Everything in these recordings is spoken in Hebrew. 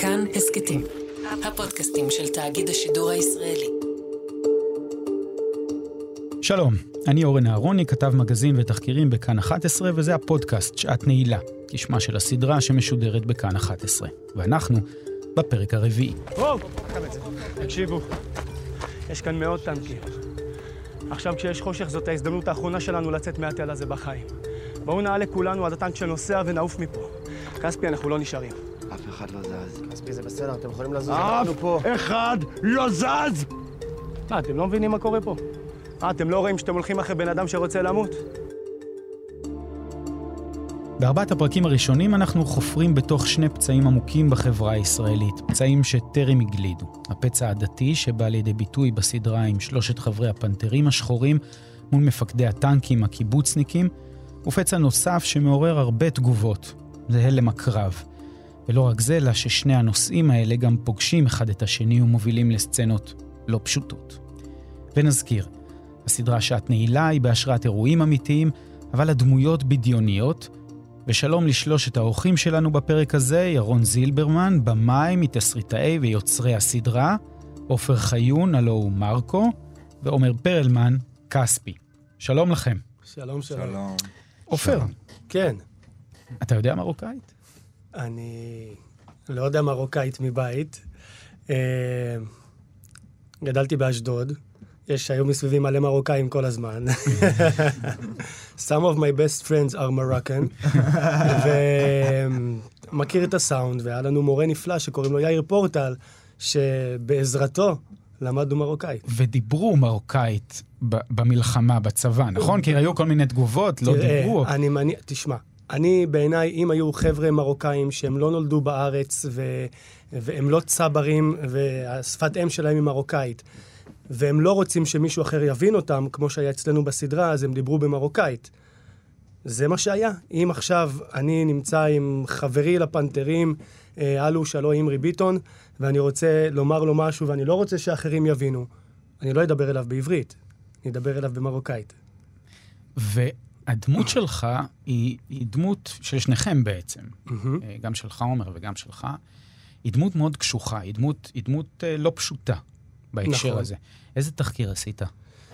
כאן הסקטים, הפודקאסטים של תאגיד השידור הישראלי. שלום, אני אורן אהרוני, כתב מגזין ותחקירים בכאן 11, וזה הפודקאסט שעת נעילה, כשמה של הסדרה שמשודרת בכאן 11. ואנחנו בפרק הרביעי. תקשיבו, יש כאן מאות טנקים. עכשיו כשיש חושך זאת ההזדמנות האחרונה שלנו לצאת מהתל הזה בחיים. בואו נעלה כולנו עד הטנק שנוסע ונעוף מפה. כספי, אנחנו לא נשארים. אף אחד לא זז. כספי, זה בסדר, אתם יכולים לזוז אף אחד לא זז! אתם לא מבינים מה קורה פה? אתם לא רואים שאתם הולכים אחרי בן אדם שרוצה למות? בארבעת הפרקים הראשונים אנחנו חופרים בתוך שני פצעים עמוקים בחברה הישראלית, פצעים שטרם הגלידו. הפצע הדתי שבא לידי ביטוי בסדרה עם שלושת חברי הפנתרים השחורים מול מפקדי הטנקים הקיבוצניקים, ופצע נוסף שמעורר הרבה תגובות, זה הלם הקרב. ולא רק זה, אלא ששני הנושאים האלה גם פוגשים אחד את השני ומובילים לסצנות לא פשוטות. ונזכיר, הסדרה שעת נעילה היא בהשראת אירועים אמיתיים, אבל הדמויות בדיוניות. ושלום לשלושת האורחים שלנו בפרק הזה, ירון זילברמן, במאי, מתסריטאי ויוצרי הסדרה, עופר חיון, הלו הוא מרקו, ועומר פרלמן, כספי. שלום לכם. שלום, שלום. שלום. עופר, כן. אתה יודע מרוקאית? אני לא יודע מרוקאית מבית. גדלתי באשדוד. היו מסביבי מלא מרוקאים כל הזמן. Some of my best friends are Moroccan. ומכיר את הסאונד, והיה לנו מורה נפלא שקוראים לו יאיר פורטל, שבעזרתו למדנו מרוקאית. ודיברו מרוקאית במלחמה, בצבא, נכון? כי היו כל מיני תגובות, לא דיברו. תשמע, אני בעיניי, אם היו חבר'ה מרוקאים שהם לא נולדו בארץ, והם לא צברים, והשפת אם שלהם היא מרוקאית, והם לא רוצים שמישהו אחר יבין אותם, כמו שהיה אצלנו בסדרה, אז הם דיברו במרוקאית. זה מה שהיה. אם עכשיו אני נמצא עם חברי לפנתרים, אלוש, הלו אמרי ביטון, ואני רוצה לומר לו משהו, ואני לא רוצה שאחרים יבינו, אני לא אדבר אליו בעברית, אני אדבר אליו במרוקאית. והדמות שלך היא דמות של שניכם בעצם, גם שלך עומר וגם שלך, היא דמות מאוד קשוחה, היא דמות לא פשוטה. בהקשר נכון. הזה. איזה תחקיר עשית?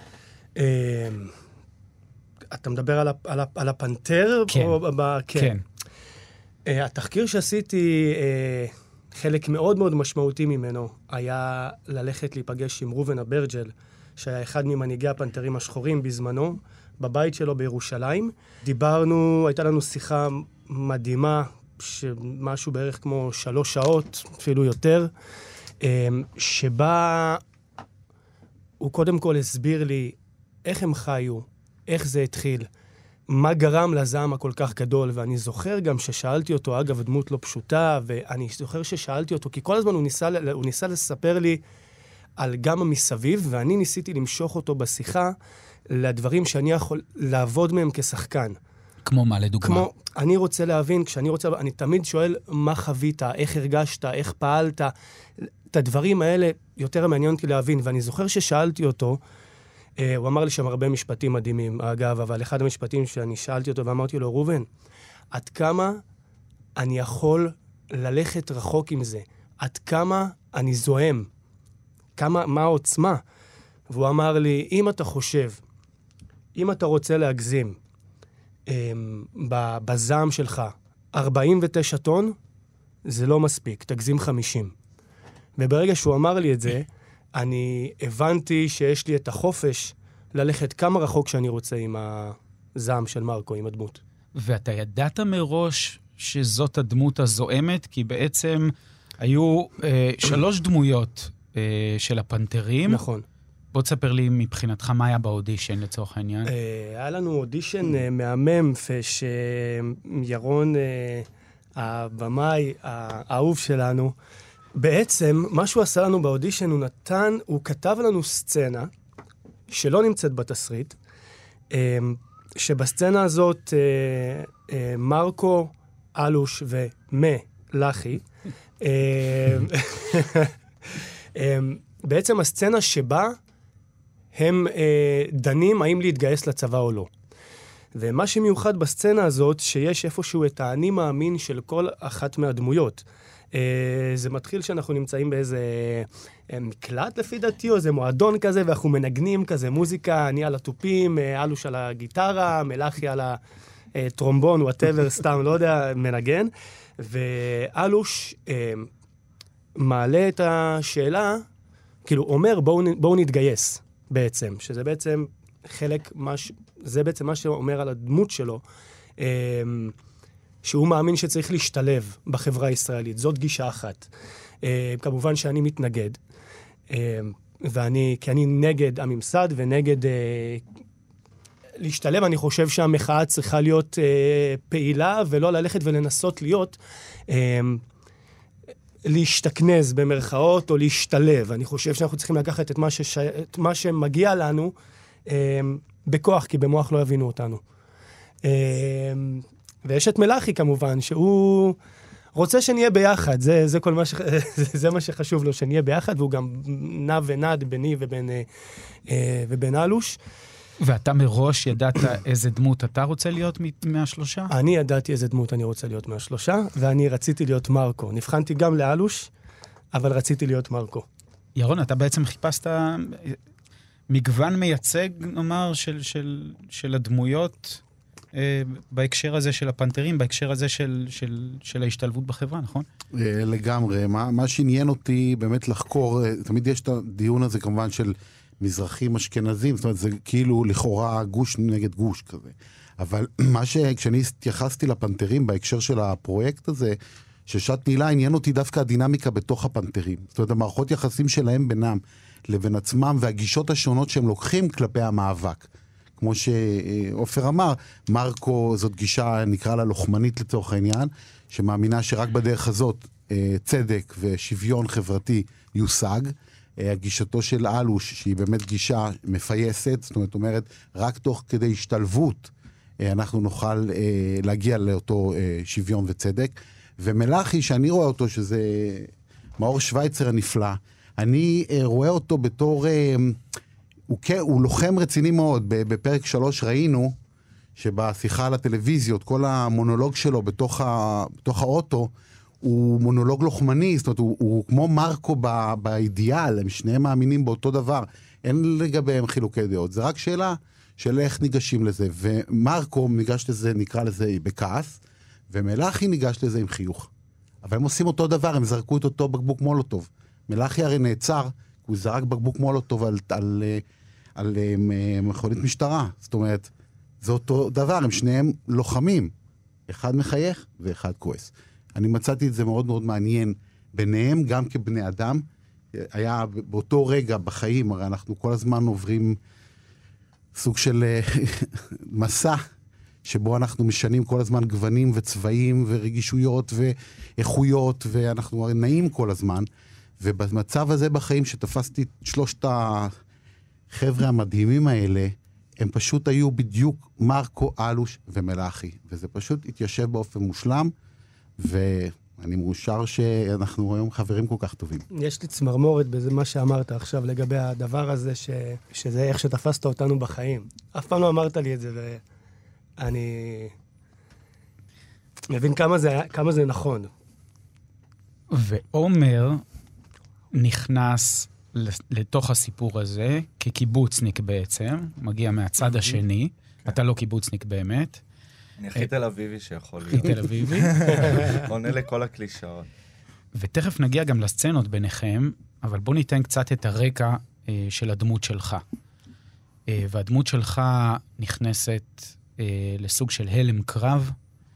אתה מדבר על הפנתר? כן. כן. התחקיר שעשיתי, חלק מאוד מאוד משמעותי ממנו, היה ללכת להיפגש עם רובן אברג'ל, שהיה אחד ממנהיגי הפנתרים השחורים בזמנו, בבית שלו בירושלים. דיברנו, הייתה לנו שיחה מדהימה, משהו בערך כמו 3 שעות, אפילו יותר, שבה הוא קודם כל הסביר לי איך הם חיו, איך זה התחיל, מה גרם לזעם הכל כך גדול, ואני זוכר גם ששאלתי אותו, אגב, דמות לא פשוטה, ואני זוכר ששאלתי אותו, כי כל הזמן הוא ניסה לספר לי על גם המסביב, ואני ניסיתי למשוך אותו בשיחה לדברים שאני יכול לעבוד מהם כשחקן. כמו מה לדוגמה? כמו, אני רוצה להבין, אני תמיד שואל מה חווית, איך הרגשת, איך פעלת, את הדברים האלה יותר מעניין אותי להבין, ואני זוכר ששאלתי אותו, הוא אמר לי שם הרבה משפטים מדהימים, אגב, אבל אחד המשפטים שאני שאלתי אותו ואמרתי לו, רובן, עד כמה אני יכול ללכת רחוק עם זה? עד כמה אני זוהם? מה העוצמה? והוא אמר לי, אם אתה חושב, אם אתה רוצה להגזים, בזעם שלך 49 טון, זה לא מספיק, תגזים 50. וברגע שהוא אמר לי את זה, אני הבנתי שיש לי את החופש ללכת כמה רחוק שאני רוצה עם הזעם של מרקו, עם הדמות. ואתה ידעת מראש שזאת הדמות הזוהמת, כי בעצם היו 3 דמויות של הפנתרים. נכון. בוא תספר לי מבחינתך מה היה באודישן לצורך העניין. היה לנו אודישן מהמם, שירון, הבמאי, האהוב שלנו, בעצם מה שהוא עשה לנו באודישן, הוא כתב לנו סצנה שלא נמצאת בתסריט, שבסצנה הזאת מרקו, אלוש ומלאחי, בעצם הסצנה שבה הם דנים האם להתגייס לצבא או לא. ומה שמיוחד בסצנה הזאת, שיש איפשהו את האני מאמין של כל אחת מהדמויות. זה מתחיל שאנחנו נמצאים באיזה מקלט לפי דעתי, או איזה מועדון כזה, ואנחנו מנגנים כזה מוזיקה, אני על התופים, אלוש על הגיטרה, מלאכי על הטרומבון, whatever, סתם, לא יודע, מנגן. ואלוש מעלה את השאלה, כאילו אומר, בואו נתגייס בעצם, שזה בעצם חלק, זה בעצם מה שאומר על הדמות שלו, שהוא מאמין שצריך להשתלב בחברה הישראלית. זאת גישה אחת. כמובן שאני מתנגד, כי אני נגד הממסד ונגד להשתלב. אני חושב שהמחאה צריכה להיות פעילה, ולא ללכת ולנסות להיות להשתכנז במרכאות או להשתלב. אני חושב שאנחנו צריכים לקחת את מה שמגיע לנו בכוח, כי במוח לא יבינו אותנו. ויש את מלאכי כמובן, שהוא רוצה שנהיה ביחד, זה מה שחשוב לו, שנהיה ביחד, והוא גם נע ונד ביני ובין אלוש. ואתה מראש ידעת איזה דמות אתה רוצה להיות מהשלושה? אני ידעתי איזה דמות אני רוצה להיות מהשלושה, ואני רציתי להיות מרקו. נבחנתי גם לאלוש, אבל רציתי להיות מרקו. ירון, אתה בעצם חיפשת מגוון מייצג, נאמר, של הדמויות בהקשר הזה של הפנתרים, בהקשר הזה של ההשתלבות בחברה, נכון? לגמרי. מה שעניין אותי באמת לחקור, תמיד יש את הדיון הזה כמובן של מזרחים אשכנזים, זאת אומרת, זה כאילו לכאורה גוש נגד גוש כזה. אבל כשאני התייחסתי לפנתרים בהקשר של הפרויקט הזה, ששעת נעילה עניין אותי דווקא הדינמיקה בתוך הפנתרים. זאת אומרת, המערכות יחסים שלהם בינם לבין עצמם, והגישות השונות שהם לוקחים כלפי המאבק. כמו שאופר אמר, מרקו זאת גישה, נקרא לה לוחמנית לצורך העניין, שמאמינה שרק בדרך הזאת צדק ושוויון חברתי יושג. הגישתו של אלוש, שהיא באמת גישה מפייסת, זאת אומרת, רק תוך כדי השתלבות אנחנו נוכל להגיע לאותו שוויון וצדק. ומלאכי, שאני רואה אותו, שזה מאור שוויצר הנפלא, אני רואה אותו בתור, הוא לוחם רציני מאוד. בפרק 3 ראינו שבשיחה על הטלוויזיות, כל המונולוג שלו בתוך האוטו, הוא מונולוג לוחמני, זאת אומרת, הוא כמו מרקו באידיאל, הם שניהם מאמינים באותו דבר, אין לגביהם חילוקי דעות, זה רק שאלה של איך ניגשים לזה, ומרקו ניגש לזה, נקרא לזה בכעס, ומלאכי ניגש לזה עם חיוך. אבל הם עושים אותו דבר, הם זרקו את אותו בקבוק מולוטוב. מלאכי הרי נעצר, הוא זרק בקבוק מולוטוב על מכונית משטרה, זאת אומרת, זה אותו דבר, הם שניהם לוחמים, אחד מחייך ואחד כועס. אני מצאתי את זה מאוד מאוד מעניין ביניהם, גם כבני אדם. היה באותו רגע בחיים, הרי אנחנו כל הזמן עוברים סוג של מסע, שבו אנחנו משנים כל הזמן גוונים וצבעים ורגישויות ואיכויות, ואנחנו נעים כל הזמן. ובמצב הזה בחיים שתפסתי את שלושת החבר'ה המדהימים האלה, הם פשוט היו בדיוק מרקו, אלוש ומלאכי. וזה פשוט התיישב באופן מושלם, ואני מאושר שאנחנו היום חברים כל כך טובים. יש לי צמרמורת בזה מה שאמרת עכשיו לגבי הדבר הזה, שזה איך שתפסת אותנו בחיים. אף פעם לא אמרת לי את זה, ואני מבין כמה זה נכון. ועומר נכנס לתוך הסיפור הזה כקיבוצניק בעצם, מגיע מהצד השני, אתה לא קיבוצניק באמת. אני הכי תל אביבי שיכול להיות. הכי תל אביבי. עונה לכל הקלישאות. ותכף נגיע גם לסצנות ביניכם, אבל בוא ניתן קצת את הרקע של הדמות שלך. והדמות שלך נכנסת לסוג של הלם קרב.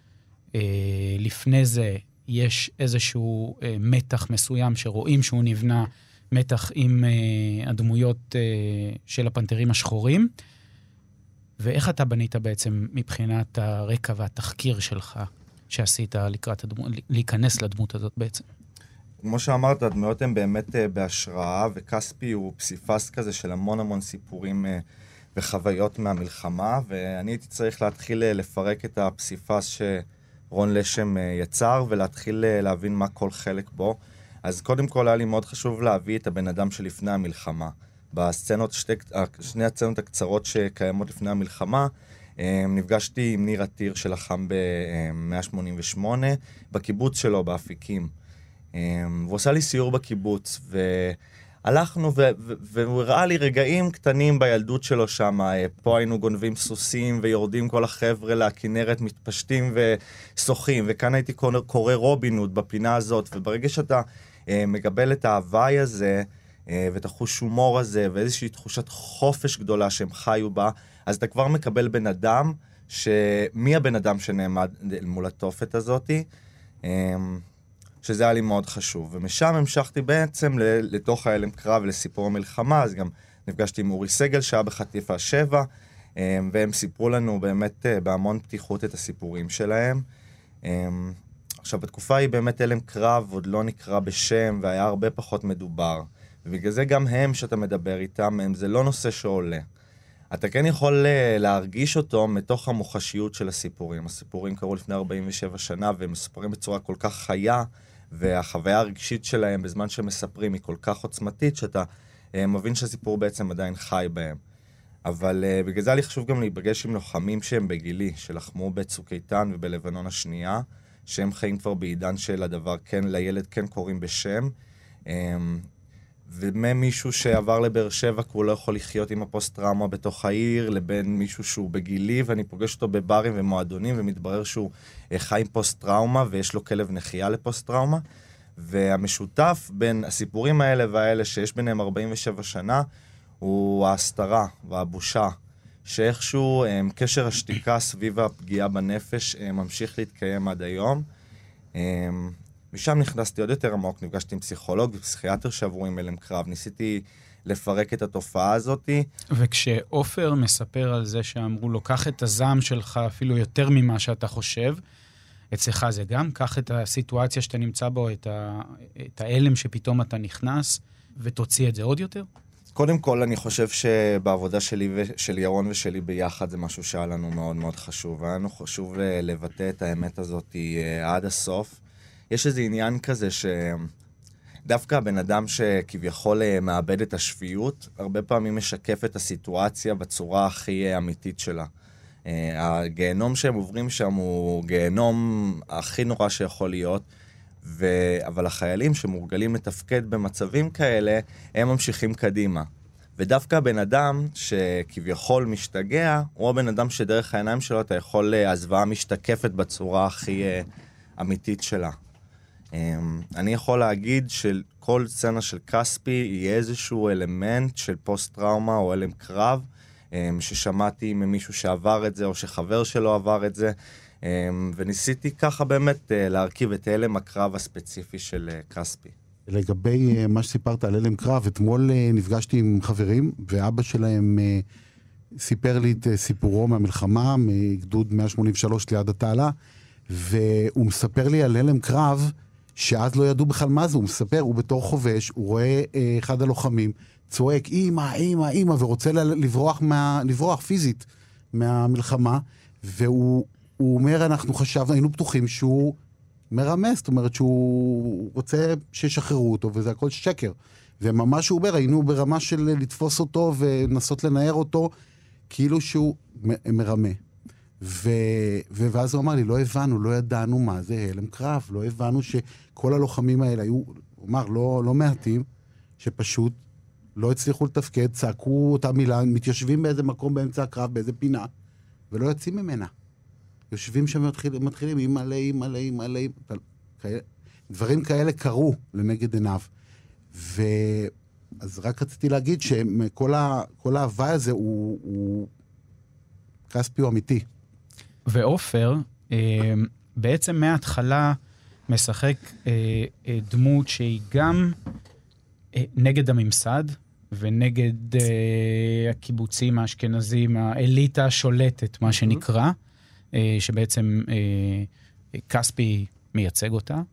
לפני זה יש איזשהו מתח מסוים שרואים שהוא נבנה, מתח עם הדמויות של הפנתרים השחורים. ואיך אתה בנית בעצם מבחינת הרקע והתחקיר שלך שעשית לקראת להיכנס לדמות הזאת בעצם? כמו שאמרת, הדמויות הן באמת בהשראה, וכספי הוא פסיפס כזה של המון סיפורים וחוויות מהמלחמה, ואני הייתי צריך להתחיל לפרק את הפסיפס שרון לשם יצר, ולהתחיל להבין מה כל חלק בו. אז קודם כל היה לי מאוד חשוב להביא את הבן אדם שלפני המלחמה. בסצנות, שני הסצנות הקצרות שקיימות לפני המלחמה, נפגשתי עם ניר עתיר שלחם ב-188, בקיבוץ שלו, באפיקים. והוא עשה לי סיור בקיבוץ, והלכנו, והוא הראה לי רגעים קטנים בילדות שלו שם, פה היינו גונבים סוסים, ויורדים כל החבר'ה לכנרת, מתפשטים ושוחים, וכאן הייתי קורא רובין הוד בפינה הזאת, וברגע שאתה מקבל את ההוואי הזה, ואת החוש הומור הזה, ואיזושהי תחושת חופש גדולה שהם חיו בה, אז אתה כבר מקבל בן אדם, מי הבן אדם שנעמד מול התופת הזאת, שזה היה לי מאוד חשוב. ומשם המשכתי בעצם לתוך ההלם קרב, לסיפור המלחמה, אז גם נפגשתי עם אורי סגל, שהיה בחטיבה 7, והם סיפרו לנו באמת בהמון פתיחות את הסיפורים שלהם. עכשיו, בתקופה היא באמת הלם קרב, עוד לא נקרא בשם, והיה הרבה פחות מדובר. ובגלל זה גם הם, שאתה מדבר איתם, זה לא נושא שעולה. אתה כן יכול להרגיש אותו מתוך המוחשיות של הסיפורים. הסיפורים קרו לפני 47 שנה, והם מספרים בצורה כל כך חיה, והחוויה הרגשית שלהם בזמן שהם מספרים היא כל כך עוצמתית, שאתה מבין שהסיפור בעצם עדיין חי בהם. אבל בגלל זה היה לי חשוב גם להיפגש עם לוחמים שהם בגילי, שלחמו בצוק איתן ובלבנון השנייה, שהם חיים כבר בעידן של הדבר, כן, לילד כן קוראים בשם, וממישהו שעבר לבאר שבע, כי הוא לא יכול לחיות עם הפוסט-טראומה בתוך העיר, לבין מישהו שהוא בגילי, ואני פוגש אותו בברים ומועדונים, ומתברר שהוא חי עם פוסט-טראומה, ויש לו כלב נחייה לפוסט-טראומה, והמשותף בין הסיפורים האלה והאלה, שיש ביניהם 47 שנה, הוא ההסתרה והבושה, שאיכשהו קשר השתיקה סביב הפגיעה בנפש ממשיך להתקיים עד היום. משם נכנסתי עוד יותר עמוק, נפגשתי עם פסיכולוג ופסיכיאטר שעברו עם הלם קרב, ניסיתי לפרק את התופעה הזאת. וכשאופר מספר על זה שאמרו לו, קח את הזעם שלך אפילו יותר ממה שאתה חושב, אצלך זה גם, קח את הסיטואציה שאתה נמצא בו, את ההלם שפתאום אתה נכנס, ותוציא את זה עוד יותר? קודם כל, אני חושב שבעבודה שלי ושל ירון ושלי ביחד, זה משהו שהיה לנו מאוד מאוד חשוב. היה לנו חשוב לבטא את האמת הזאת עד הסוף. יש איזה עניין כזה שדווקא הבן אדם שכביכול מאבד את השפיות, הרבה פעמים משקף את הסיטואציה בצורה הכי אמיתית שלה. הגיהנום שהם עוברים שם הוא גיהנום הכי נורא שיכול להיות, אבל החיילים שמורגלים לתפקד במצבים כאלה, הם ממשיכים קדימה. ודווקא הבן אדם שכביכול משתגע, הוא הבן אדם שדרך העיניים שלו אתה יכול, הזוועה משתקפת בצורה הכי אמיתית שלה. אני יכול להגיד שכל סצנה של כספי יהיה איזשהו אלמנט של פוסט-טראומה או הלם קרב, ששמעתי ממישהו שעבר את זה או שחבר שלו עבר את זה, וניסיתי ככה באמת להרכיב את הלם הקרב הספציפי של כספי. לגבי מה שסיפרת על הלם קרב, אתמול נפגשתי עם חברים, ואבא שלהם סיפר לי את סיפורו מהמלחמה, מגדוד 183 ליד התעלה, והוא מספר לי על הלם קרב, שאז לא ידעו בכלל מה זה, הוא מספר, הוא בתור חובש, הוא רואה אחד הלוחמים, צועק, אמא, אמא, אמא, ורוצה לברוח פיזית מהמלחמה, והוא אומר, אנחנו חשבנו, היינו בטוחים שהוא מרמס, זאת אומרת שהוא רוצה שישחררו אותו, וזה הכל שקר. וממש הוא אומר, היינו ברמה של לתפוס אותו ונסות לנער אותו, כאילו שהוא מרמה. ואז הוא אמר לי, לא הבנו, לא ידענו מה זה הלם קרב, לא הבנו שכל הלוחמים האלה היו, הוא אמר, לא מעטים, שפשוט לא הצליחו לתפקד, צעקו אותה מילה, מתיישבים באיזה מקום באמצע הקרב, באיזה פינה, ולא יוצאים ממנה. יושבים שם מתחילים, אימא'לה, דברים כאלה קרו לנגד עיניו. אז רק רציתי להגיד שכל ההוואי הזה הוא כספי הוא אמיתי. ואופר, בעצם מההתחלה משחק דמות שהיא גם נגד הממסד, ונגד הקיבוצים האשכנזים, האליטה השולטת, מה שנקרא, שבעצם כספי מייצג אותה.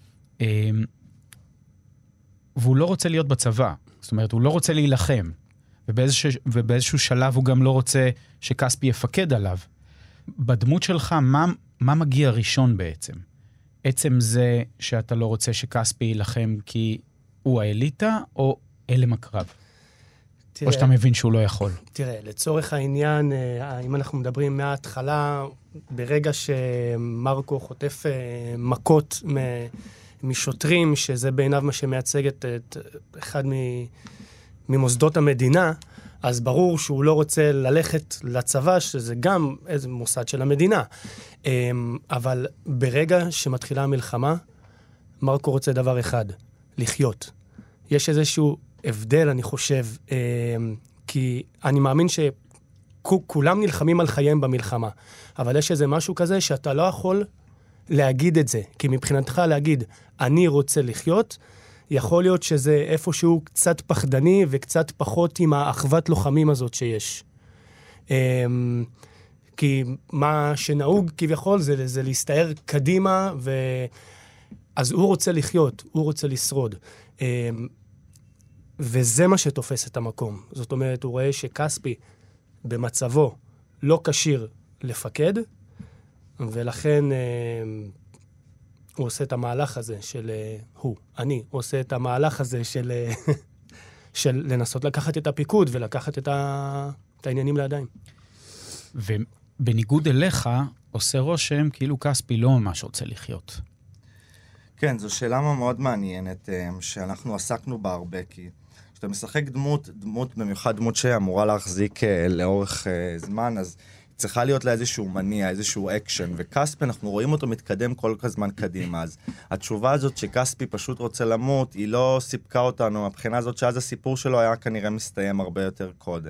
והוא לא רוצה להיות בצבא, זאת אומרת, הוא לא רוצה להילחם, ובאיזשהו שלב הוא גם לא רוצה שכספי יפקד עליו. בדמות שלך, מה מגיע ראשון בעצם? עצם זה שאתה לא רוצה שכספי ילחם כי הוא האליטה, או הלם הקרב? או שאתה מבין שהוא לא יכול? תראה, לצורך העניין, אם אנחנו מדברים מההתחלה, ברגע שמרקו חוטף מכות משוטרים, שזה בעיניו מה שמייצג את אחד ממוסדות המדינה, אז ברור שהוא לא רוצה ללכת לצבא, שזה גם איזה מוסד של המדינה. אבל ברגע שמתחילה המלחמה, מרקו רוצה דבר אחד, לחיות. יש איזשהו הבדל, אני חושב, כי אני מאמין שכולם נלחמים על חייהם במלחמה, אבל יש איזה משהו כזה שאתה לא יכול להגיד את זה, כי מבחינתך להגיד, אני רוצה לחיות, יכול להיות שזה איפשהו קצת פחדני וקצת פחות עם האחוות לוחמים הזאת שיש. כי מה שנהוג כביכול זה להסתער קדימה, אז הוא רוצה לחיות, הוא רוצה לשרוד. וזה מה שתופס את המקום. זאת אומרת, הוא רואה שכספי במצבו לא כשיר לפקד, ולכן הוא עושה את המהלך הזה של אני עושה את המהלך הזה של לנסות לקחת את הפיקוד ולקחת את העניינים לידיים. ובניגוד אליך, עושה רושם כאילו כספי לא ממש רוצה לחיות. כן, זו שאלה מאוד מעניינת שאנחנו עסקנו בה הרבה, כי כשאתה משחק דמות, במיוחד דמות שאמורה להחזיק לאורך זמן, אז צריכה להיות לה איזשהו מניע, איזשהו אקשן, וכספי, אנחנו רואים אותו מתקדם כל הזמן קדימה, אז התשובה הזאת שכספי פשוט רוצה למות, היא לא סיפקה אותנו, הבחינה הזאת שאז הסיפור שלו היה כנראה מסתיים הרבה יותר קודם.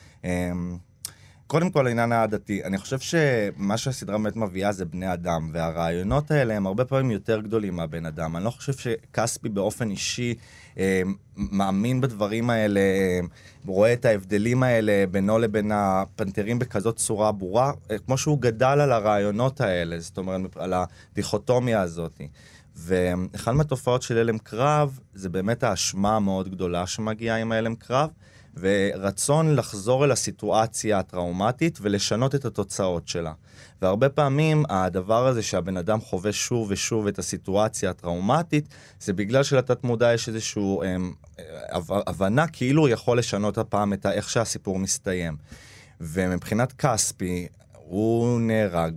קודם כל, העניין העדתי, אני חושב שמה שהסדרה באמת מביאה זה בני אדם, והרעיונות האלה הם הרבה פעמים יותר גדולים מהבן אדם. אני לא חושב שכספי באופן אישי מאמין בדברים האלה, רואה את ההבדלים האלה בינו לבין הפנתרים בכזאת צורה ברורה, כמו שהוא גדל על הרעיונות האלה, זאת אומרת, על הדיכוטומיה הזאת. ואחת מהתופעות של הלם קרב, זה באמת האשמה המאוד גדולה שמגיעה עם ההלם קרב, ורצון לחזור אל הסיטואציה הטראומטית ולשנות את התוצאות שלה. והרבה פעמים הדבר הזה שהבן אדם חווה שוב ושוב את הסיטואציה הטראומטית, זה בגלל שלתת מודע יש איזושהי הבנה כאילו הוא יכול לשנות הפעם את איך שהסיפור מסתיים. ומבחינת כספי, הוא נהרג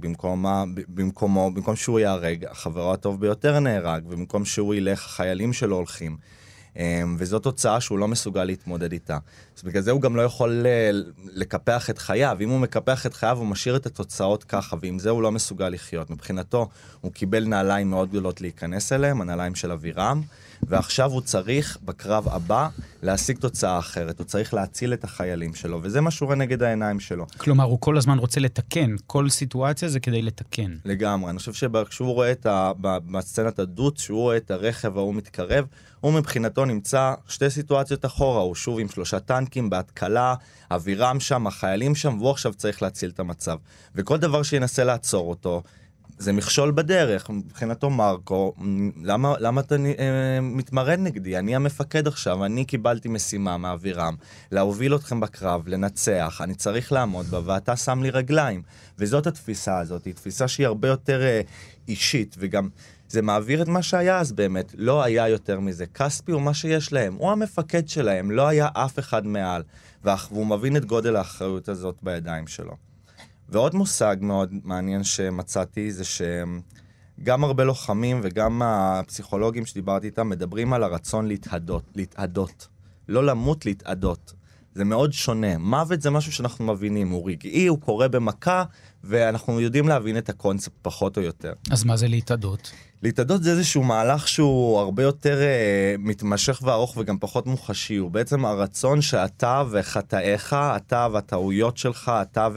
במקום שהוא יהרג, חברו הטוב ביותר נהרג, ובמקום שהוא ילך, החיילים שלו הולכים. וזו תוצאה שהוא לא מסוגל להתמודד איתה. אז בגלל זה הוא גם לא יכול לקפח את חייו. אם הוא מקפח את חייו, הוא משאיר את התוצאות ככה, ועם זה הוא לא מסוגל לחיות. מבחינתו, הוא קיבל נעליים מאוד גדולות להיכנס אליהם, הנעליים של אבירם, ועכשיו הוא צריך, בקרב הבא, להשיג תוצאה אחרת. הוא צריך להציל את החיילים שלו, וזה מה שהוא רואה נגד העיניים שלו. כלומר, הוא כל הזמן רוצה לתקן. כל סיטואציה זה כדי לתקן. לגמרי. אני חושב שכשהוא רואה בסצנת עדות, שהוא רואה את הרכב והוא מתקרב, הוא מבחינתו נמצא שתי סיטואציות אחורה, הוא שוב עם 3 טנקים בהתקלה, אווירם שם, החיילים שם, והוא עכשיו צריך להציל את המצב. וכל דבר שינסה לעצור אותו, זה מכשול בדרך. מבחינתו מרקו, למה אתה מתמרד נגדי? אני המפקד עכשיו, אני קיבלתי משימה מאווירם, להוביל אתכם בקרב, לנצח, אני צריך לעמוד בה, ואתה שם לי רגליים. וזאת התפיסה הזאת, היא תפיסה שהיא הרבה יותר אישית, וגם זה מעביר את מה שהיה אז באמת, לא היה יותר מזה. כספי הוא מה שיש להם, הוא המפקד שלהם, לא היה אף אחד מעל, והוא מבין את גודל האחריות הזאת בידיים שלו. ועוד מושג מאוד מעניין שמצאתי, זה שגם הרבה לוחמים וגם הפסיכולוגים שדיברתי איתם, מדברים על הרצון להתעדות. לא למות, להתעדות. זה מאוד שונה. מוות זה משהו שאנחנו מבינים, הוא רגעי, הוא קורה במכה, ואנחנו יודעים להבין את הקונספט פחות או יותר. אז מה זה להתעדות? להתעדות זה איזשהו מהלך שהוא הרבה יותר מתמשך וארוך וגם פחות מוחשי. הוא בעצם הרצון שאתה וחטאיך, אתה והטעויות שלך, אתה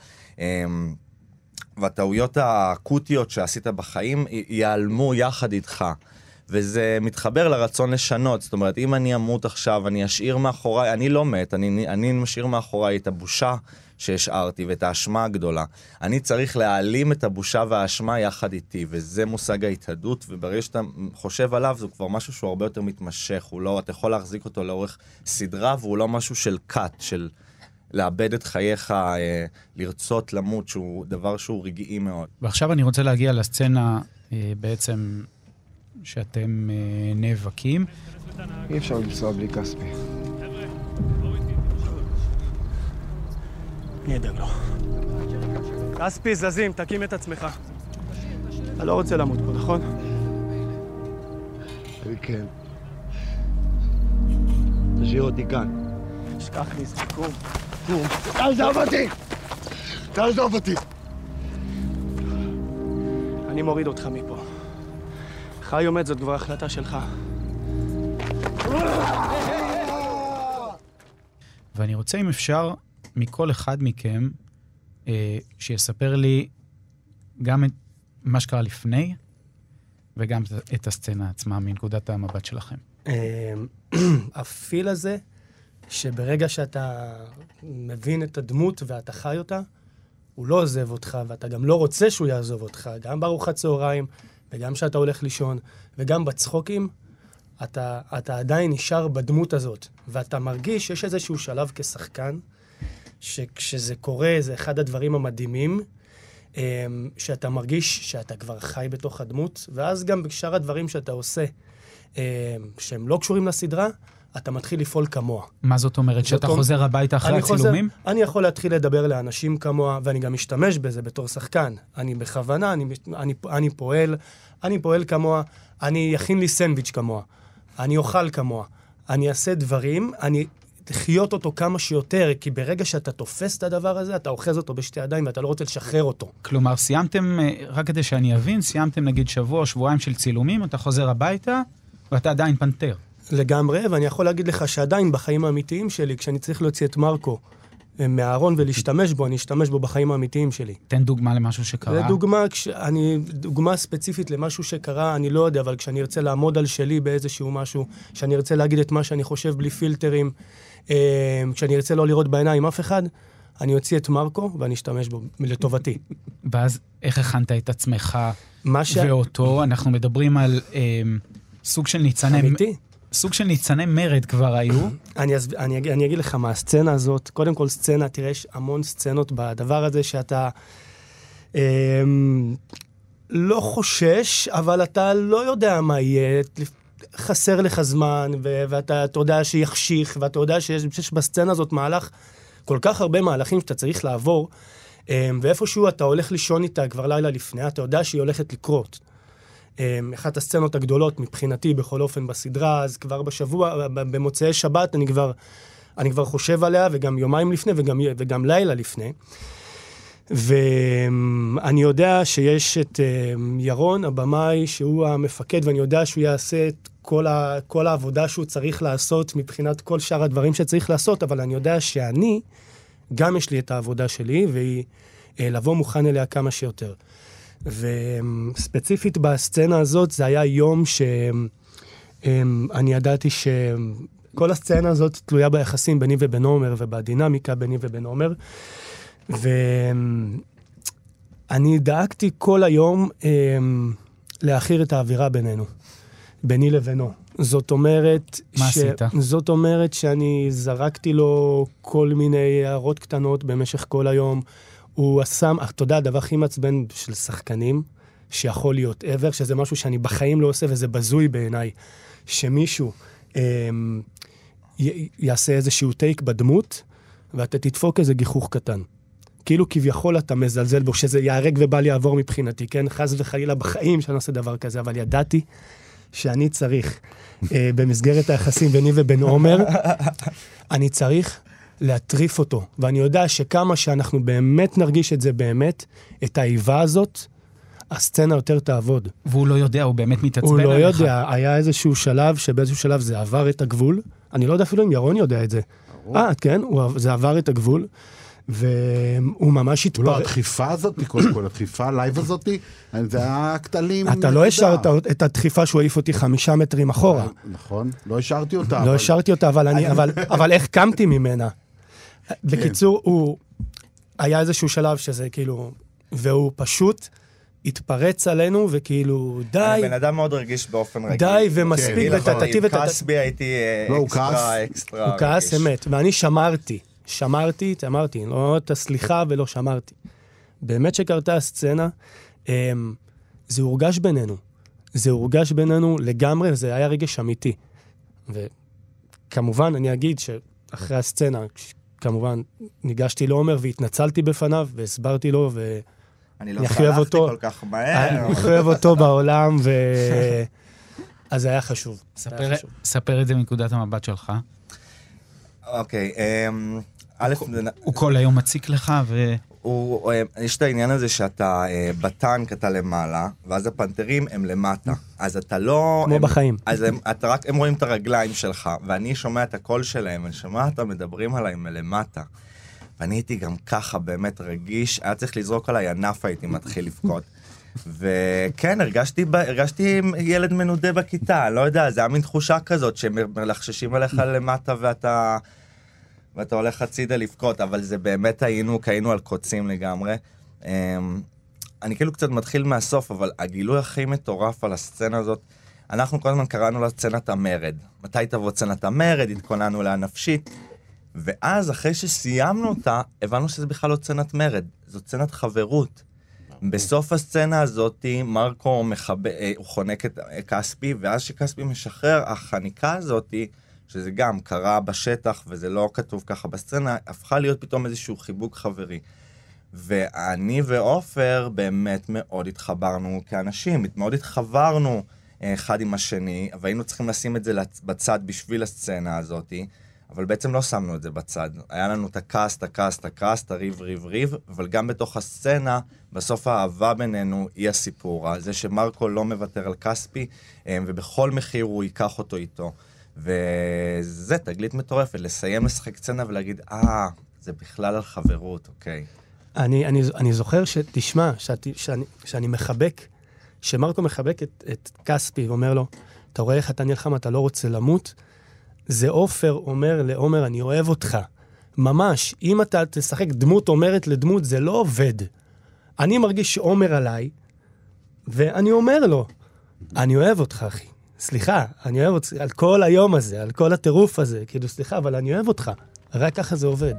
והטעויות האקוטיות שעשית בחיים ייעלמו יחד איתך. וזה מתחבר לרצון לשנות. זאת אומרת, אם אני אמות עכשיו, אני אשאיר מאחוריי, אני לא מת, אני משאיר מאחוריי את הבושה שהשארתי ואת האשמה הגדולה. אני צריך להעלים את הבושה והאשמה יחד איתי, וזה מושג ההתעדות, וברגע שאתה חושב עליו, זה כבר משהו שהוא הרבה יותר מתמשך, אתה יכול להחזיק אותו לאורך סדרה, והוא לא משהו של קאט, של לאבד את חייך, לרצות למות, שהוא דבר שהוא רגעי מאוד. ועכשיו אני רוצה להגיע לסצנה בעצם שאתם נאבקים. אי אפשר לנסוע בלי כספי. אני אדאג לו. כספי, זזים, תקים את עצמך. אתה לא רוצה למות פה, נכון? כן. תשאיר אותי כאן. תשכח מזה, קום. תעזוב אותי! תעזוב אותי! אני מוריד אותך מפה. חי עומד, זאת כבר החלטה שלך. ואני רוצה, אם אפשר, מכל אחד מכם, שיספר לי גם את מה שקרה לפני, וגם את הסצנה עצמה, מנקודת המבט שלכם. הפיל הזה, שברגע שאתה מבין את הדמות ואתה חי אותה, הוא לא עוזב אותך, ואתה גם לא רוצה שהוא יעזוב אותך, גם בארוחת צהריים, וגם שאתה הולך לישון, וגם בצחוקים, אתה עדיין נשאר בדמות הזאת, ואתה מרגיש שיש איזשהו שלב כשחקן, שכשזה קורה, זה אחד הדברים המדהימים, שאתה מרגיש שאתה כבר חי בתוך הדמות, ואז גם בשאר הדברים שאתה עושה, שהם לא קשורים לסדרה, אתה מתחיל לפעול כמוה. מה זאת אומרת? שאתה חוזר הביתה אחרי הצילומים? אני יכול להתחיל לדבר לאנשים כמוה, ואני גם משתמש בזה בתור שחקן. אני בכוונה, אני פועל כמוה, אני יכין לי סנדוויץ' כמוה, אני אוכל כמוה, אני אעשה דברים, אני לחיות אותו כמה שיותר, כי ברגע שאתה תופס את הדבר הזה, אתה אוחז אותו בשתי ידיים, ואתה לא רוצה לשחרר אותו. כלומר, סיימתם, רק כדי שאני אבין, סיימתם נגיד שבוע או שבועיים של צילומים, אתה חוזר הביתה, ואתה עדיין פנתר. לגמרי, ואני יכול להגיד לך שעדיין בחיים האמיתיים שלי, כשאני צריך להוציא את מרקו מהארון ולהשתמש בו, אני אשתמש בו בחיים האמיתיים שלי. תן דוגמה למשהו שקרה. זה דוגמה ספציפית למשהו שקרה, אני לא יודע, אבל כשאני ארצה לעמוד על שלי באיזשהו משהו, כשאני ארצה להגיד את מה שאני חושב בלי פילטרים, כשאני ארצה לא לראות בעיניים אף אחד, אני אוציא את מרקו ואני אשתמש בו לטובתי. ואז איך הכנת את עצמך ואותו? אנחנו מדברים על סוג של ניצני... אמיתי? סוג של ניצני מרד כבר היו. אני אגיד לך מה, הסצנה הזאת, קודם כל סצנה, תראה, יש המון סצנות בדבר הזה שאתה לא חושש, אבל אתה לא יודע מה יהיה, חסר לך זמן, ואתה יודע שיחשיך, ואתה יודע שיש בסצנה הזאת מהלך, כל כך הרבה מהלכים שאתה צריך לעבור, ואיפשהו אתה הולך לישון איתה כבר לילה לפני, אתה יודע שהיא הולכת לקרות. אחת הסצנות הגדולות מבחינתי בכל אופן בסדרה, אז כבר בשבוע, במוצאי שבת אני כבר חושב עליה, וגם יומיים לפני וגם לילה לפני. ואני יודע שיש את ירון, הבמאי, שהוא המפקד, ואני יודע שהוא יעשה את כל העבודה שהוא צריך לעשות מבחינת כל שאר הדברים שצריך לעשות, אבל אני יודע שאני, גם יש לי את העבודה שלי, והיא לבוא מוכן אליה כמה שיותר. וספציפית בסצנה הזאת, זה היה יום שאני ידעתי שכל הסצנה הזאת תלויה ביחסים ביני ובין עומר, ובדינמיקה ביני ובין עומר, ואני דאגתי כל היום להכיר את האווירה בינינו, ביני לבינו. זאת אומרת... מה עשית? זאת אומרת שאני זרקתי לו כל מיני הערות קטנות במשך כל היום, הוא עשה, אתה יודע, הדבר הכי מעצבן של שחקנים, שיכול להיות עבר, שזה משהו שאני בחיים לא עושה, וזה בזוי בעיניי, שמישהו יעשה איזשהו טייק בדמות, ואתה תדפוק איזה גיחוך קטן. כאילו כביכול אתה מזלזל בו, שזה יערק ובל יעבור מבחינתי, כן? חס וחלילה בחיים שאני עושה דבר כזה, אבל ידעתי שאני צריך, במסגרת היחסים ביני ובין עומר, אני צריך להטריף אותו, ואני יודע שכמה שאנחנו באמת נרגיש את זה באמת, את האיבה הזאת, הסצנה יותר תעבוד. והוא לא יודע, הוא באמת מתעצבן עליך. הוא לא עליך. יודע, היה איזשהו שלב, שבאיזשהו שלב זה עבר את הגבול, אני לא יודע אפילו אם ירון יודע את זה. כן, זה עבר את הגבול, והוא ממש התפרק. לא, הדחיפה הזאת, קודם כל, הדחיפה הלייב הזאת, זה היה כתלים... אתה לא השארת את הדחיפה שהוא העיף אותי 5 מטרים אחורה. נכון, לא השארתי אותה. לא השארתי אותה, אבל איך קמתי ממנה? בקיצור, הוא היה איזשהו שלב שזה כאילו, והוא פשוט התפרץ עלינו, וכאילו, די. בן אדם מאוד רגיש באופן רגיל. די, ומספיק וטטטי עם כסבי הייתי אקסטרה. הוא כעס אמת, ואני אמרתי, לא את הסליחה ולא שמרתי. באמת שקרתה הסצנה, זה הורגש בינינו לגמרי, וזה היה רגש אמיתי. וכמובן, אני אגיד שאחרי הסצנה, כמובן, ניגשתי לעומר והתנצלתי בפניו, והסברתי לו, אני לא חלחתי כל כך מהר. אני חייב אותו בעולם, אז זה היה חשוב. ספר את זה מנקודת המבט שלך. אוקיי, הוא כל היום מציק לך יש את העניין הזה שאתה בטנק, אתה למעלה, ואז הפנתרים הם למטה. אז אתה לא... כמו בחיים. אז הם רואים את הרגליים שלך, ואני שומע את הקול שלהם, אני שומע אותם מדברים עליי מלמטה. ואני הייתי גם ככה באמת רגיש, היה צריך לזרוק עליי ענף, הייתי מתחיל לבכות. וכן, הרגשתי ילד מנודה בכיתה, לא יודע, זה היה מין תחושה כזאת, שמלחששים עליך למטה ואתה הולך הצידה לבכות, אבל זה באמת היינו על קוצים לגמרי. אני כאילו קצת מתחיל מהסוף, אבל הגילוי הכי מטורף על הסצנה הזאת, אנחנו כל הזמן קראנו לה סצנת המרד. מתי תבוא סצנת המרד, התכוננו לה נפשית, ואז אחרי שסיימנו אותה, הבנו שזה בכלל לא סצנת מרד, זו סצנת חברות. בסוף הסצנה הזאת, מרקו הוא חונק את כספי, ואז שכספי משחרר, החניקה הזאת, שזה גם קרה בשטח, וזה לא כתוב ככה בסצנה, הפכה להיות פתאום איזשהו חיבוק חברי. ואני ואופר באמת מאוד התחברנו כאנשים, מאוד התחברנו אחד עם השני, והיינו צריכים לשים את זה בצד בשביל הסצנה הזאת, אבל בעצם לא שמנו את זה בצד. היה לנו את הכעס, הריב, אבל גם בתוך הסצנה, בסוף האהבה בינינו היא הסיפור. זה שמרקו לא מוותר על כספי, ובכל מחיר הוא ייקח אותו איתו. וזה תגלית מטורפת, לסיים לשחק סצנה ולהגיד, זה בכלל על חברות, אוקיי. אני זוכר שתשמע, שאני מחבק, שמרקו מחבק את כספי ואומר לו, אתה רואה איך אתה נלחם, אתה לא רוצה למות? זה אופר אומר לעומר, אני אוהב אותך. ממש, אם אתה תשחק דמות אומרת לדמות, זה לא עובד. אני מרגיש שעומר עליי, ואני אומר לו, אני אוהב אותך, אחי. סליחה, אני אוהב אותך על כל היום הזה, על כל הטירוף הזה. כאילו, סליחה, אבל אני אוהב אותך. רק ככה זה עובד.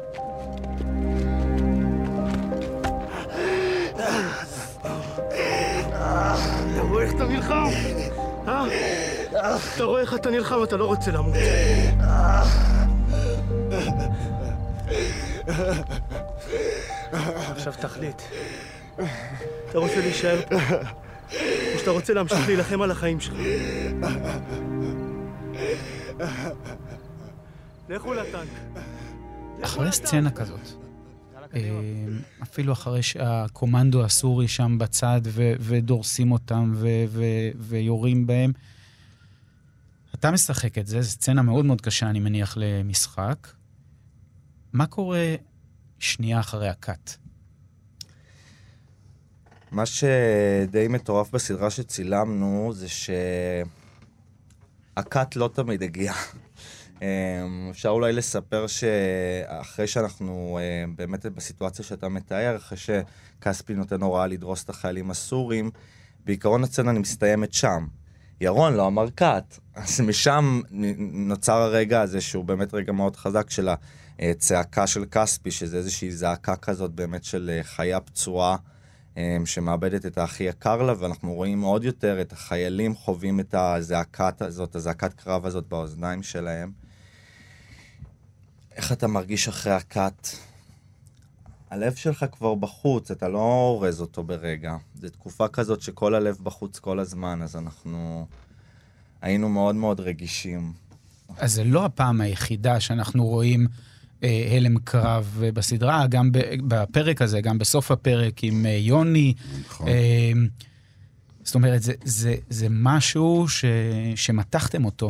אתה רואה איך אתה נלחם? אתה רואה איך אתה נלחם, אתה לא רוצה למות. עכשיו תחליט. אתה רוצה להישאר פה? או שאתה רוצה להמשיך להילחם על החיים שלך? לכו לטנק. אחרי סצנה כזאת, אפילו אחרי שהקומנדו הסורי שם בצד ודורסים אותם ויורים בהם, אתה משחק את זה, זו סצנה מאוד מאוד קשה, אני מניח, למשחק. מה קורה שנייה אחרי הקאט? מה שדי מטורף בסדרה שצילמנו, זה שהקאט לא תמיד הגיע. אפשר אולי לספר שאחרי שאנחנו באמת בסיטואציה שאתה מתאר, אחרי שכספי נותן הוראה לדרוס את החיילים הסורים, בעיקרון הסצנה מסתיימת שם. ירון לא אמר קאט, אז משם נוצר הרגע הזה שהוא באמת רגע מאוד חזק של הצעקה של כספי, שזה איזושהי זעקה כזאת באמת של חיה פצועה שמאבדת את הכי יקר לה, ואנחנו רואים עוד יותר את החיילים חווים את הזעקת הזאת, הזעקת קרב הזאת באוזניים שלהם. איך אתה מרגיש אחרי הקאט? הלב שלך כבר בחוץ, אתה לא אורז אותו ברגע. זו תקופה כזאת שכל הלב בחוץ כל הזמן, אז אנחנו היינו מאוד מאוד רגישים. אז זה לא הפעם היחידה שאנחנו רואים הלם קרב בסדרה, גם בפרק הזה, גם בסוף הפרק עם יוני. נכון. זאת אומרת, זה משהו שמתחתם אותו.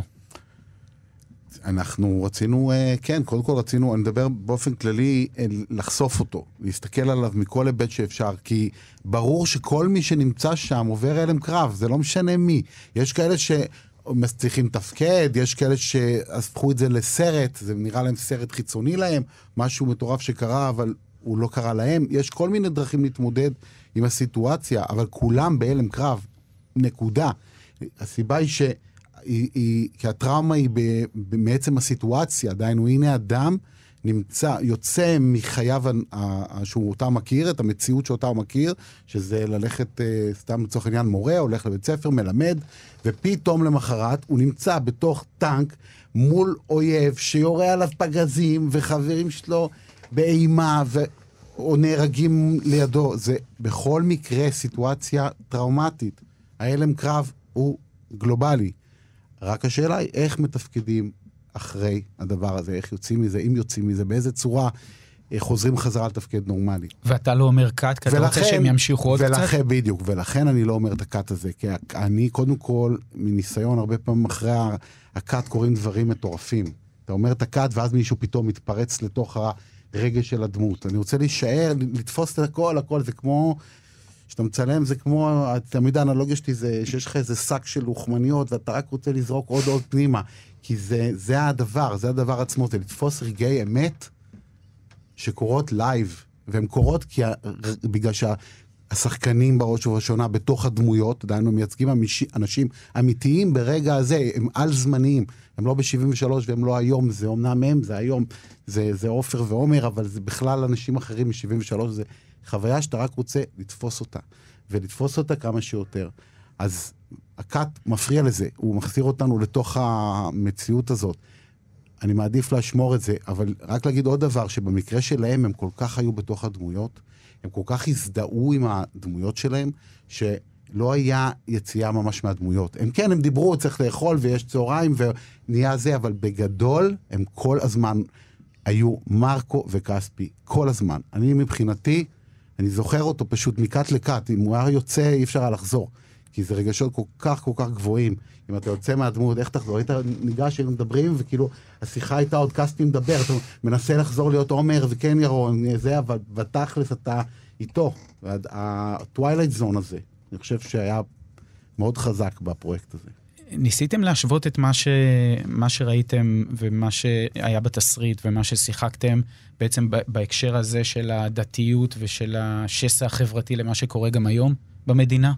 אנחנו רצינו, כן, קודם כל רצינו, אני מדבר באופן כללי, לחשוף אותו, להסתכל עליו מכל היבט שאפשר, כי ברור שכל מי שנמצא שם עובר הלם קרב, זה לא משנה מי. יש כאלה שמצליחים תפקד, יש כאלה שהפכו את זה לסרט, זה נראה להם סרט חיצוני להם, משהו מטורף שקרה, אבל הוא לא קרה להם. יש כל מיני דרכים להתמודד עם הסיטואציה, אבל כולם בהלם קרב, נקודה. הסיבה היא כי הטראומה היא מעצם הסיטואציה, דהיינו, הנה אדם נמצא, יוצא מחייו שהוא אותה מכיר, את המציאות שאותה הוא מכיר, שזה ללכת, סתם לצורך העניין מורה, הולך לבית ספר, מלמד, ופתאום למחרת הוא נמצא בתוך טנק מול אויב שיורה עליו פגזים, וחברים שלו באימה, או נהרגים לידו. זה בכל מקרה סיטואציה טראומטית. ההלם קרב הוא גלובלי. רק השאלה היא איך מתפקדים אחרי הדבר הזה, איך יוצאים מזה, אם יוצאים מזה, באיזה צורה חוזרים חזרה לתפקד נורמלי. ואתה לא אומר קאט, כי אתה רוצה שהם ימשיכו עוד קצת? בדיוק, ולכן אני לא אומר את הקאט הזה, כי אני קודם כל, מניסיון, הרבה פעמים אחרי הקאט קוראים דברים מטורפים. אתה אומר את הקאט, ואז מישהו פתאום מתפרץ לתוך הרגש של הדמות. אני רוצה להישאר, לתפוס את הכל, זה כמו, שאתה מצלם, זה כמו, תמיד האנלוגיה שלי זה, שיש לך איזה שק של לוחמניות, ואתה רק רוצה לזרוק עוד פנימה, כי זה הדבר עצמו, זה לתפוס רגעי אמת, שקורות לייב, והן קורות בגלל שהשחקנים בראש ובראשונה בתוך הדמויות, דיינו מייצגים אנשים אמיתיים ברגע הזה, הם על זמניים, הם לא ב-73 והם לא היום, זה אומנם הם, זה היום, זה עופר ועומר, אבל זה בכלל אנשים אחרים מ-73, זה חוויה שאתה רק רוצה לתפוס אותה, ולתפוס אותה כמה שיותר. אז הקאט מפריע לזה, הוא מחזיר אותנו לתוך המציאות הזאת. אני מעדיף לשמור את זה, אבל רק להגיד עוד דבר, שבמקרה שלהם הם כל כך היו בתוך הדמויות, הם כל כך הזדהו עם הדמויות שלהם, שלא היה יציאה ממש מהדמויות. הם דיברו, צריך לאכול ויש צהריים ונהיה זה, אבל בגדול הם כל הזמן היו מרקו וקספי, כל הזמן. אני מבחינתי, אני זוכר אותו פשוט מקאט לקאט, אם הוא היה יוצא אי אפשר לחזור, כי זה רגשות כל כך גבוהים. אם אתה יוצא מהדמות, איך תחזור? היית ניגש, היינו מדברים, וכאילו, השיחה הייתה עוד קספי מדבר, אתה מנסה לחזור להיות עומר, וכן ירון, זה, אבל בתכלס אתה איתו. הטווילייט זון הזה, אני חושב שהיה מאוד חזק בפרויקט הזה. ניסיתם להשוות את מה שראיתם, ומה שהיה בתסריט, ומה ששיחקתם, בעצם בהקשר הזה של הדתיות, ושל השסע החברתי למה שקורה גם היום במדינה?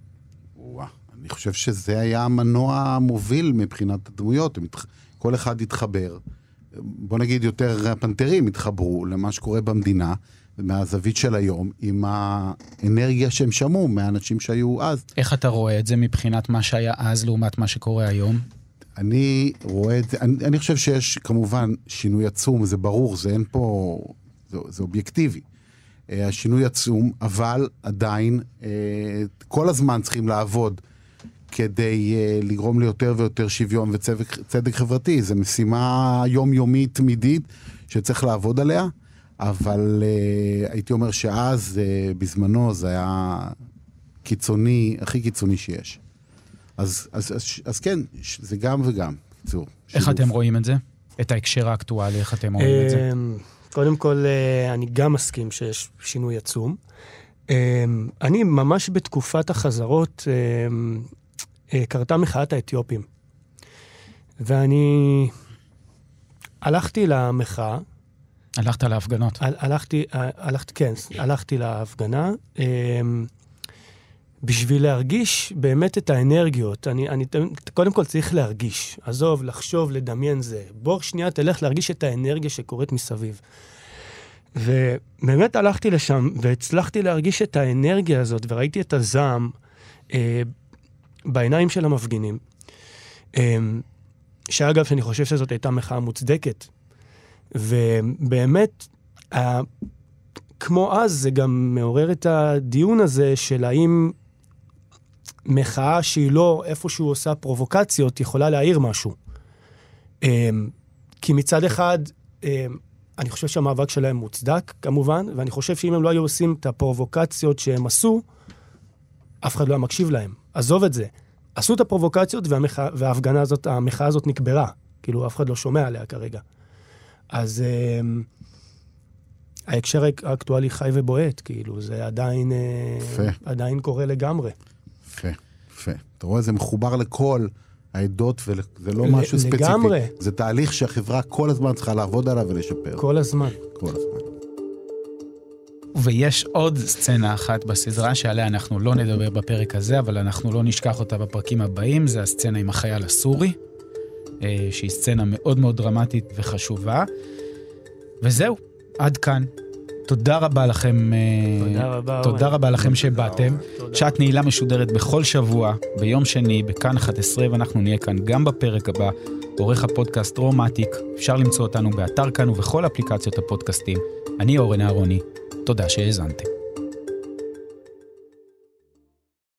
אני חושב שזה היה המנוע המוביל מבחינת הדמויות, כל אחד התחבר, בוא נגיד יותר הפנתרים התחברו למה שקורה במדינה, מהזווית של היום, עם האנרגיה שהם שמעו מהאנשים שהיו אז. איך אתה רואה את זה מבחינת מה שהיה אז לעומת מה שקורה היום? אני רואה את זה, אני חושב שיש כמובן שינוי עצום, זה ברור, זה אין פה, זה אובייקטיבי. השינוי עצום, אבל עדיין כל הזמן צריכים לעבוד כדי לגרום ליותר ויותר שוויון וצדק חברתי. זו משימה יומיומית תמידית שצריך לעבוד עליה, אבל הייתי אומר שאז בזמנו זה היה קיצוני, הכי קיצוני שיש. אז כן, זה גם וגם. איך אתם רואים את זה? את ההקשר האקטואלי, איך אתם רואים את זה? קודם כל, אני גם מסכים שיש שינוי עצום. אני ממש בתקופת החזרות קרתה מחאת האתיופים. ואני הלכתי למחאה. הלכת להפגנות. הלכתי להפגנה, בשביל להרגיש באמת את האנרגיות. אני קודם כל צריך להרגיש. עזוב, לחשוב, לדמיין זה. בוא שנייה תלך להרגיש את האנרגיה שקורית מסביב. ובאמת הלכתי לשם, והצלחתי להרגיש את האנרגיה הזאת, וראיתי את הזעם בעיניים של המפגינים. שאגב, שאני חושב שזאת הייתה מחאה מוצדקת. ובאמת, כמו אז, זה גם מעורר את הדיון הזה של האם מחאה שהיא לא איפשהו עושה פרובוקציות, יכולה להעיר משהו. כי מצד אחד, אני חושב שהמאבק שלהם מוצדק, כמובן, ואני חושב שאם הם לא היו עושים את הפרובוקציות שהם עשו, אף אחד לא היה מקשיב להם. עזוב את זה. עשו את הפרובוקציות וההפגנה הזאת, המחאה הזאת נקברה. כאילו, אף אחד לא שומע עליה כרגע. אז ההקשר האקטואלי חי ובועט, כאילו, זה עדיין קורה לגמרי. יפה. אתה רואה, זה מחובר לכל העדות, וזה לא משהו ספציפי. לגמרי. זה תהליך שהחברה כל הזמן צריכה לעבוד עליו ולשפר. כל הזמן. ויש עוד סצנה אחת בסדרה שעליה אנחנו לא נדבר בפרק הזה, אבל אנחנו לא נשכח אותה בפרקים הבאים, זה הסצנה עם החייל הסורי, שהיא סצנה מאוד מאוד דרמטית וחשובה. וזהו, עד כאן. תודה רבה לכם. תודה רבה לכם שבאתם. שעת נעילה משודרת בכל שבוע, ביום שני, בכאן 11, ואנחנו נהיה כאן גם בפרק הבא. עורך הפודקאסט רומטיק, אפשר למצוא אותנו באתר כאן ובכל אפליקציות הפודקאסטים. אני אורן אהרוני, תודה שהאזנתם.